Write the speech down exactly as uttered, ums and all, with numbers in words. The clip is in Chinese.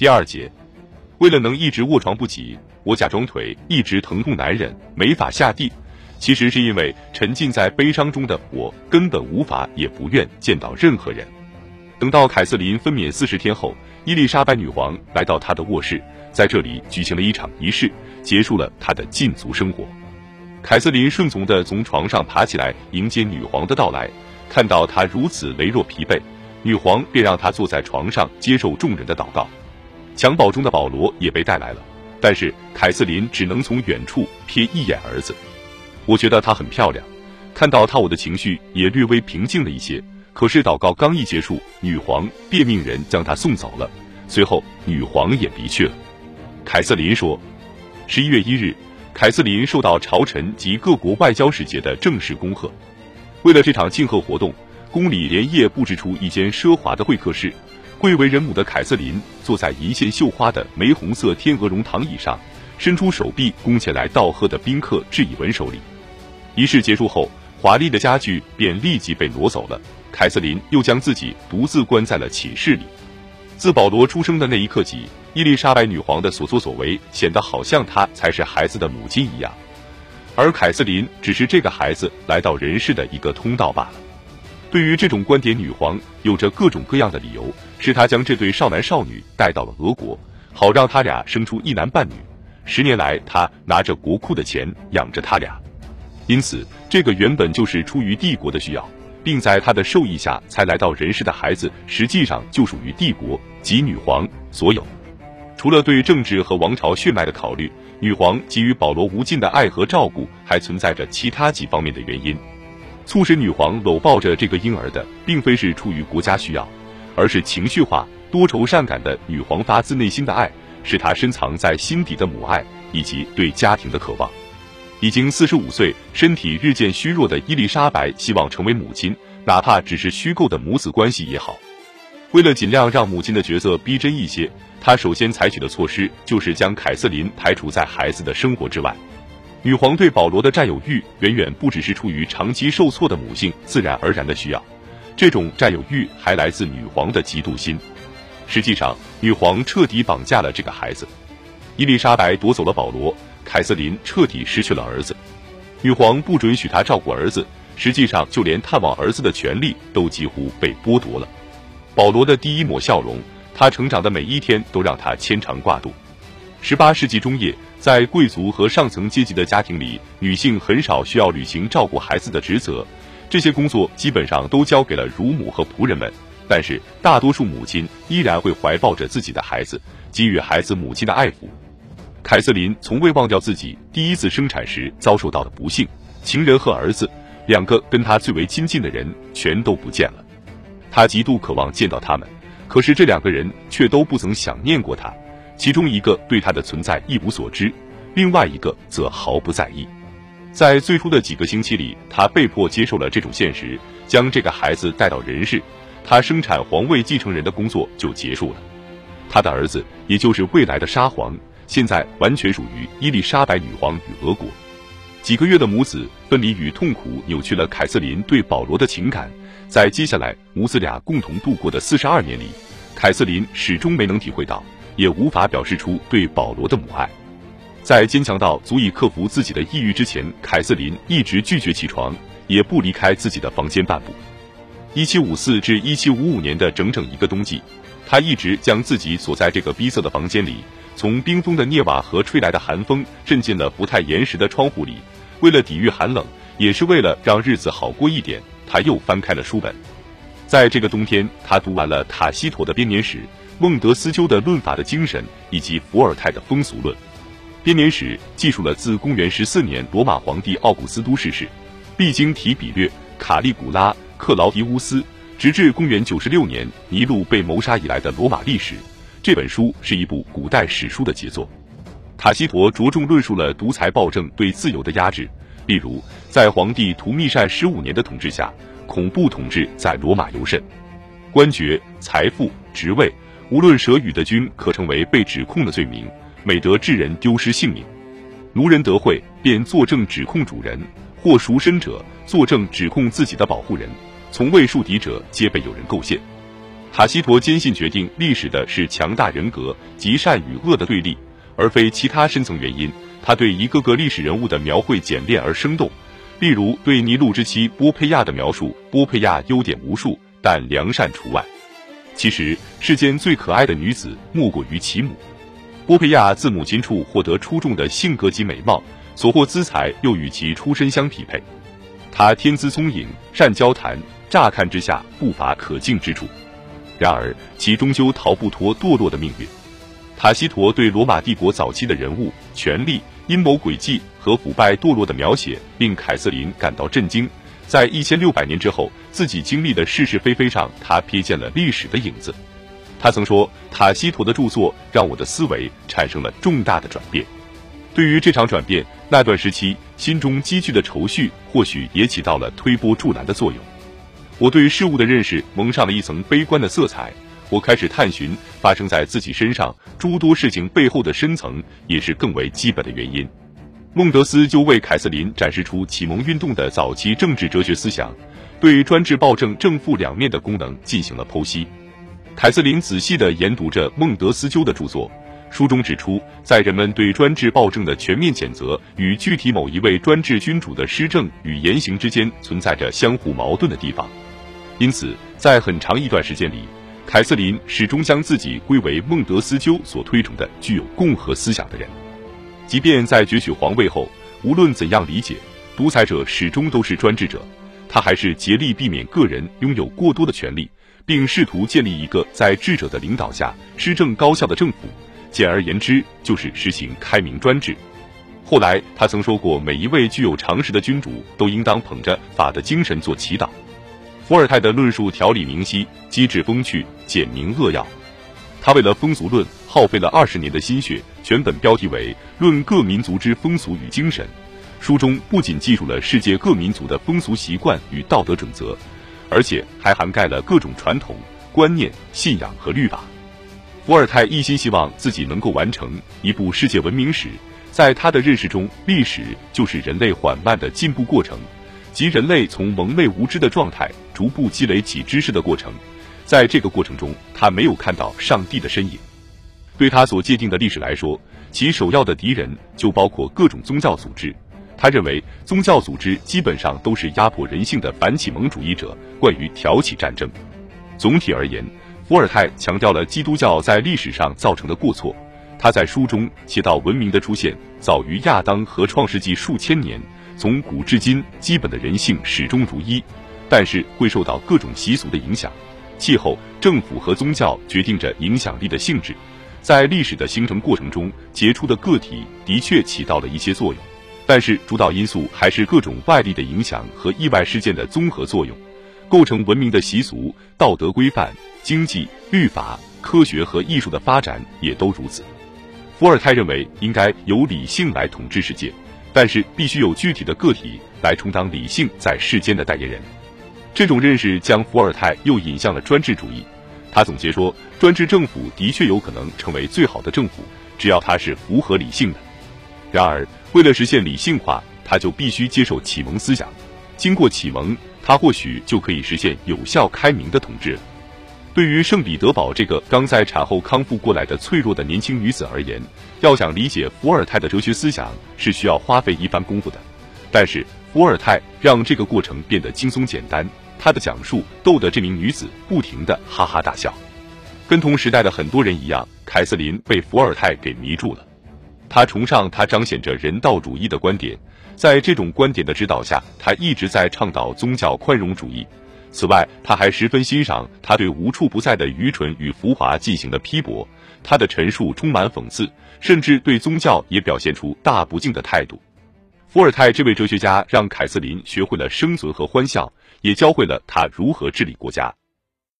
第二节，为了能一直卧床不起，我假装腿一直疼痛难忍，没法下地。其实是因为沉浸在悲伤中的我根本无法也不愿见到任何人。等到凯瑟琳分娩四十天后，伊丽莎白女皇来到她的卧室，在这里举行了一场仪式，结束了她的禁足生活。凯瑟琳顺从地从床上爬起来迎接女皇的到来，看到她如此羸弱疲惫，女皇便让她坐在床上接受众人的祷告。襁褓中的保罗也被带来了，但是凯瑟琳只能从远处瞥一眼儿子。我觉得她很漂亮，看到她我的情绪也略微平静了一些。可是祷告刚一结束，女皇便命人将她送走了，随后女皇也离去了。凯瑟琳说，十一月一日，凯瑟琳受到朝臣及各国外交使节的正式恭贺。为了这场庆贺活动，宫里连夜布置出一间奢华的会客室。贵为人母的凯瑟琳坐在一线绣花的玫红色天鹅绒躺椅上，伸出手臂供前来道贺的宾客致以吻手礼。仪式结束后，华丽的家具便立即被挪走了，凯瑟琳又将自己独自关在了寝室里。自保罗出生的那一刻起，伊丽莎白女皇的所作所为显得好像她才是孩子的母亲一样，而凯瑟琳只是这个孩子来到人世的一个通道罢了。对于这种观点，女皇有着各种各样的理由，是她将这对少男少女带到了俄国，好让他俩生出一男半女。十年来，她拿着国库的钱养着他俩，因此这个原本就是出于帝国的需要，并在她的授意下才来到人世的孩子，实际上就属于帝国及女皇所有。除了对政治和王朝血脉的考虑，女皇给予保罗无尽的爱和照顾，还存在着其他几方面的原因。促使女皇搂抱着这个婴儿的，并非是出于国家需要，而是情绪化、多愁善感的女皇发自内心的爱，是她深藏在心底的母爱以及对家庭的渴望。已经四十五岁、身体日渐虚弱的伊丽莎白希望成为母亲，哪怕只是虚构的母子关系也好。为了尽量让母亲的角色逼真一些，她首先采取的措施就是将凯瑟琳排除在孩子的生活之外。女皇对保罗的占有欲远远不只是出于长期受挫的母性自然而然的需要，这种占有欲还来自女皇的嫉妒心。实际上，女皇彻底绑架了这个孩子。伊丽莎白夺走了保罗，凯瑟琳彻底失去了儿子。女皇不准许她照顾儿子，实际上就连探望儿子的权利都几乎被剥夺了。保罗的第一抹笑容，他成长的每一天都让他牵肠挂肚。十八世纪中叶，在贵族和上层阶级的家庭里，女性很少需要履行照顾孩子的职责，这些工作基本上都交给了乳母和仆人们。但是大多数母亲依然会怀抱着自己的孩子，给予孩子母亲的爱抚。凯瑟琳从未忘掉自己第一次生产时遭受到的不幸，情人和儿子，两个跟她最为亲近的人全都不见了。她极度渴望见到他们，可是这两个人却都不曾想念过她。其中一个对他的存在一无所知，另外一个则毫不在意。在最初的几个星期里，他被迫接受了这种现实，将这个孩子带到人世，他生产皇位继承人的工作就结束了。他的儿子，也就是未来的沙皇，现在完全属于伊丽莎白女皇与俄国。几个月的母子分离与痛苦扭曲了凯瑟琳对保罗的情感，在接下来母子俩共同度过的四十二年里，凯瑟琳始终没能体会到，也无法表示出对保罗的母爱。在坚强到足以克服自己的抑郁之前，凯瑟琳一直拒绝起床，也不离开自己的房间半步。一七五四至一七五五年的整整一个冬季，她一直将自己锁在这个逼仄的房间里，从冰封的涅瓦河吹来的寒风渗进了不太严实的窗户里。为了抵御寒冷，也是为了让日子好过一点，她又翻开了书本。在这个冬天，她读完了塔西佗的编年史、孟德斯鸠的论法的精神以及伏尔泰的风俗论。编年史记述了自公元十四年罗马皇帝奥古斯都逝世，历经提比略、卡利古拉、克劳迪乌斯，直至公元九十六年尼禄被谋杀以来的罗马历史。这本书是一部古代史书的杰作。塔西佗着重论述了独裁暴政对自由的压制，例如在皇帝图密善十五年的统治下，恐怖统治在罗马尤甚，官爵、财富、职位，无论舍与的君可成为被指控的罪名，每得致人丢失性命。奴人得贿，便作证指控主人，或赎身者作证指控自己的保护人，从未树敌者，皆被有人构陷。 塔西佗坚信决定历史的是强大人格及善与恶的对立，而非其他深层原因。他对一个个历史人物的描绘简练而生动，例如对尼禄之妻波佩亚的描述，波佩亚优点无数，但良善除外。其实世间最可爱的女子莫过于其母。波佩亚自母亲处获得出众的性格及美貌，所获资财又与其出身相匹配。她天资聪颖，善交谈，乍看之下不乏可敬之处。然而其终究逃不脱堕落的命运。塔西佗对罗马帝国早期的人物、权力、阴谋诡计和腐败堕落的描写，令凯瑟琳感到震惊。在一千六百年之后，自己经历的是是非非上，他瞥见了历史的影子。他曾说，塔西佗的著作让我的思维产生了重大的转变。对于这场转变，那段时期心中积聚的愁绪，或许也起到了推波助澜的作用。我对事物的认识蒙上了一层悲观的色彩，我开始探寻发生在自己身上诸多事情背后的深层，也是更为基本的原因。孟德斯鸠为凯瑟琳展示出启蒙运动的早期政治哲学思想，对专制暴政正负两面的功能进行了剖析。凯瑟琳仔细地研读着孟德斯鸠的著作，书中指出，在人们对专制暴政的全面谴责与具体某一位专制君主的施政与言行之间存在着相互矛盾的地方。因此，在很长一段时间里，凯瑟琳始终将自己归为孟德斯鸠所推崇的具有共和思想的人。即便在攫取皇位后，无论怎样理解，独裁者始终都是专制者，他还是竭力避免个人拥有过多的权利，并试图建立一个在智者的领导下施政高效的政府，简而言之，就是实行开明专制。后来他曾说过，每一位具有常识的君主都应当捧着法的精神做祈祷。伏尔泰的论述条理明晰，机智风趣，简明扼要。他为了风俗论耗费了二十年的心血，全本标题为《论各民族之风俗与精神》。书中不仅记述了世界各民族的风俗习惯与道德准则，而且还涵盖了各种传统、观念、信仰和律法。伏尔泰一心希望自己能够完成一部世界文明史，在他的认识中，历史就是人类缓慢的进步过程，即人类从蒙昧无知的状态逐步积累起知识的过程。在这个过程中，他没有看到上帝的身影。对他所界定的历史来说，其首要的敌人就包括各种宗教组织。他认为宗教组织基本上都是压迫人性的反启蒙主义者，惯于挑起战争。总体而言，伏尔泰强调了基督教在历史上造成的过错。他在书中写道，文明的出现早于亚当和创世纪数千年，从古至今，基本的人性始终如一，但是会受到各种习俗的影响。气候、政府和宗教决定着影响力的性质。在历史的形成过程中，杰出的个体的确起到了一些作用，但是主导因素还是各种外力的影响和意外事件的综合作用。构成文明的习俗、道德规范、经济、律法、科学和艺术的发展也都如此。伏尔泰认为应该由理性来统治世界，但是必须有具体的个体来充当理性在世间的代言人。这种认识将伏尔泰又引向了专制主义。他总结说，专制政府的确有可能成为最好的政府，只要它是符合理性的。然而，为了实现理性化，他就必须接受启蒙思想。经过启蒙，他或许就可以实现有效开明的统治了。对于圣彼得堡这个刚在产后康复过来的脆弱的年轻女子而言，要想理解伏尔泰的哲学思想是需要花费一番功夫的。但是伏尔泰让这个过程变得轻松简单，他的讲述逗得这名女子不停地哈哈大笑。跟同时代的很多人一样，凯瑟琳被伏尔泰给迷住了。他崇尚他彰显着人道主义的观点，在这种观点的指导下，他一直在倡导宗教宽容主义。此外，他还十分欣赏他对无处不在的愚蠢与浮华进行的批驳，他的陈述充满讽刺，甚至对宗教也表现出大不敬的态度。伏尔泰这位哲学家让凯瑟琳学会了生存和欢笑，也教会了他如何治理国家。